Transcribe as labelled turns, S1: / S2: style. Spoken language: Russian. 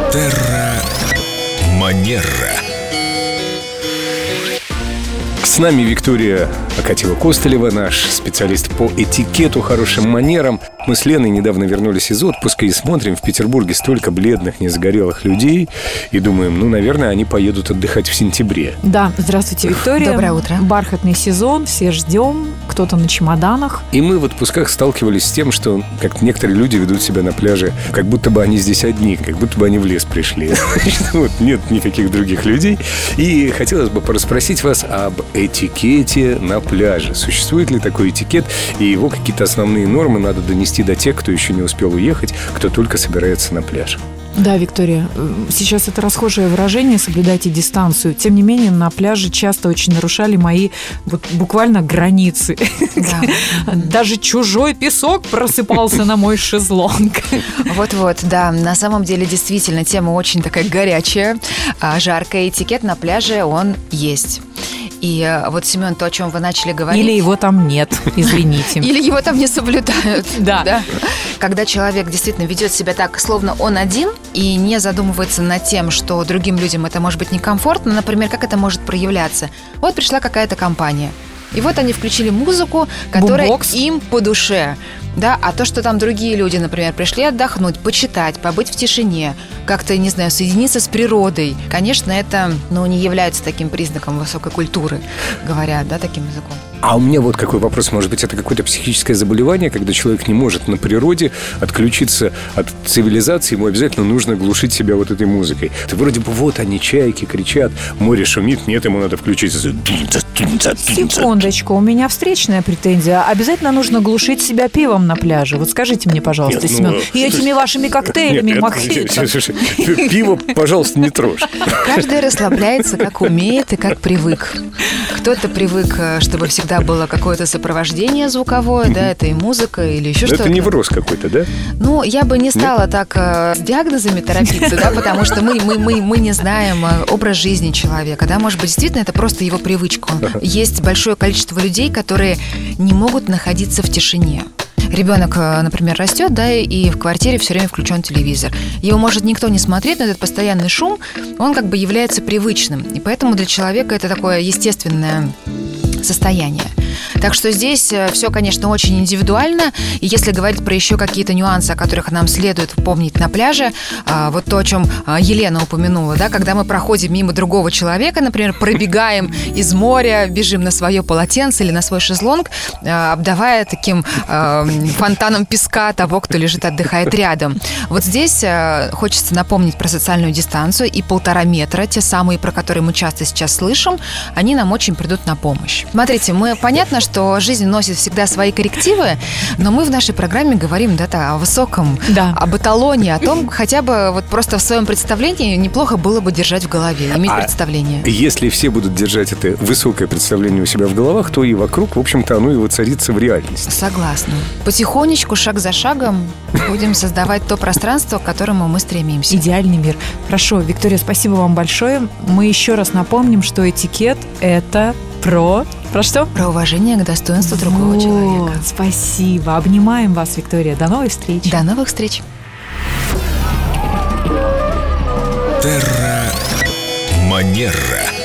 S1: Манера.
S2: С нами Виктория Акатьева-Костылева, наш специалист по этикету, хорошим манерам. Мы с Леной недавно вернулись из отпуска и смотрим, в Петербурге столько бледных, незагорелых людей. И думаем, наверное, они поедут отдыхать в сентябре.
S3: Да, здравствуйте, Виктория.
S4: Доброе утро.
S3: Бархатный сезон, все ждем, кто-то на чемоданах.
S2: И мы в отпусках сталкивались с тем, что как некоторые люди ведут себя на пляже, как будто бы они здесь одни, как будто бы они в лес пришли. Нет никаких других людей. И хотелось бы порасспросить вас об этикете на пляже. Существует ли такой этикет, и его какие-то основные нормы надо донести до тех, кто еще не успел уехать, кто только собирается на пляж?
S3: Да, Виктория, сейчас это расхожее выражение «соблюдайте дистанцию». Тем не менее, на пляже часто очень нарушали мои буквально границы.
S4: Да.
S3: Даже чужой песок просыпался на мой шезлонг.
S4: Вот-вот, да. На самом деле, действительно, тема очень такая горячая, жаркая. Этикет на пляже, он есть. И вот, Семен, то, о чем вы начали говорить...
S3: Или его там нет, извините.
S4: Или его там не соблюдают.
S3: Да.
S4: Когда человек действительно ведет себя так, словно он один, и не задумывается над тем, что другим людям это может быть некомфортно, например, как это может проявляться. Вот пришла какая-то компания, и вот они включили музыку, которая
S3: Бумбокс.
S4: им по душе. Да, а то, что там другие люди, например, пришли отдохнуть, почитать, побыть в тишине, как-то, не знаю, соединиться с природой, конечно, это, не является таким признаком высокой культуры, говоря, таким языком.
S2: А у меня вот какой вопрос. Может быть, это какое-то психическое заболевание, когда человек не может на природе отключиться от цивилизации, ему обязательно нужно глушить себя вот этой музыкой. Ты вроде бы вот они, чайки кричат, море шумит, нет, ему надо включить.
S3: Секундочку, у меня встречная претензия. Обязательно нужно глушить себя пивом на пляже. Вот скажите мне, пожалуйста,
S2: Нет,
S3: Семен, и этими вашими коктейлями, мохито.
S2: Слушай, пиво, пожалуйста, не трожь.
S4: Каждый расслабляется, как умеет и как привык. Кто-то привык, чтобы всегда было какое-то сопровождение звуковое, да, это и музыка или еще что-то.
S2: Это невроз какой-то, да?
S4: Я бы не стала так с диагнозами торопиться, да, потому что мы не знаем образ жизни человека, да, может быть, действительно, это просто его привычка. Есть большое количество людей, которые не могут находиться в тишине. Ребенок, например, растет, да, и в квартире все время включен телевизор. Его может никто не смотреть, но этот постоянный шум, он как бы является привычным. И поэтому для человека это такое естественное состояние. Так что здесь все, конечно, очень индивидуально. И если говорить про еще какие-то нюансы, о которых нам следует помнить на пляже, вот то, о чем Елена упомянула, да, когда мы проходим мимо другого человека, например, пробегаем из моря, бежим на свое полотенце или на свой шезлонг, обдавая таким фонтаном песка того, кто лежит, отдыхает рядом. Вот здесь хочется напомнить про социальную дистанцию и 1,5 метра, те самые, про которые мы часто сейчас слышим, они нам очень придут на помощь. Смотрите, понятно, что жизнь носит всегда свои коррективы, но мы в нашей программе говорим о высоком, об эталоне, о том, хотя бы вот просто в своем представлении неплохо было бы держать в голове, иметь представление.
S2: Если все будут держать это высокое представление у себя в головах, то и вокруг, в общем-то, оно и воцарится в реальности.
S4: Согласна. Потихонечку, шаг за шагом будем создавать то пространство, к которому мы стремимся.
S3: Идеальный мир. Хорошо, Виктория, спасибо вам большое. Мы еще раз напомним, что этикет – это про что?
S4: Про уважение к достоинству другого человека.
S3: Спасибо. Обнимаем вас, Виктория. До новых встреч.
S4: До новых встреч.
S1: Манера.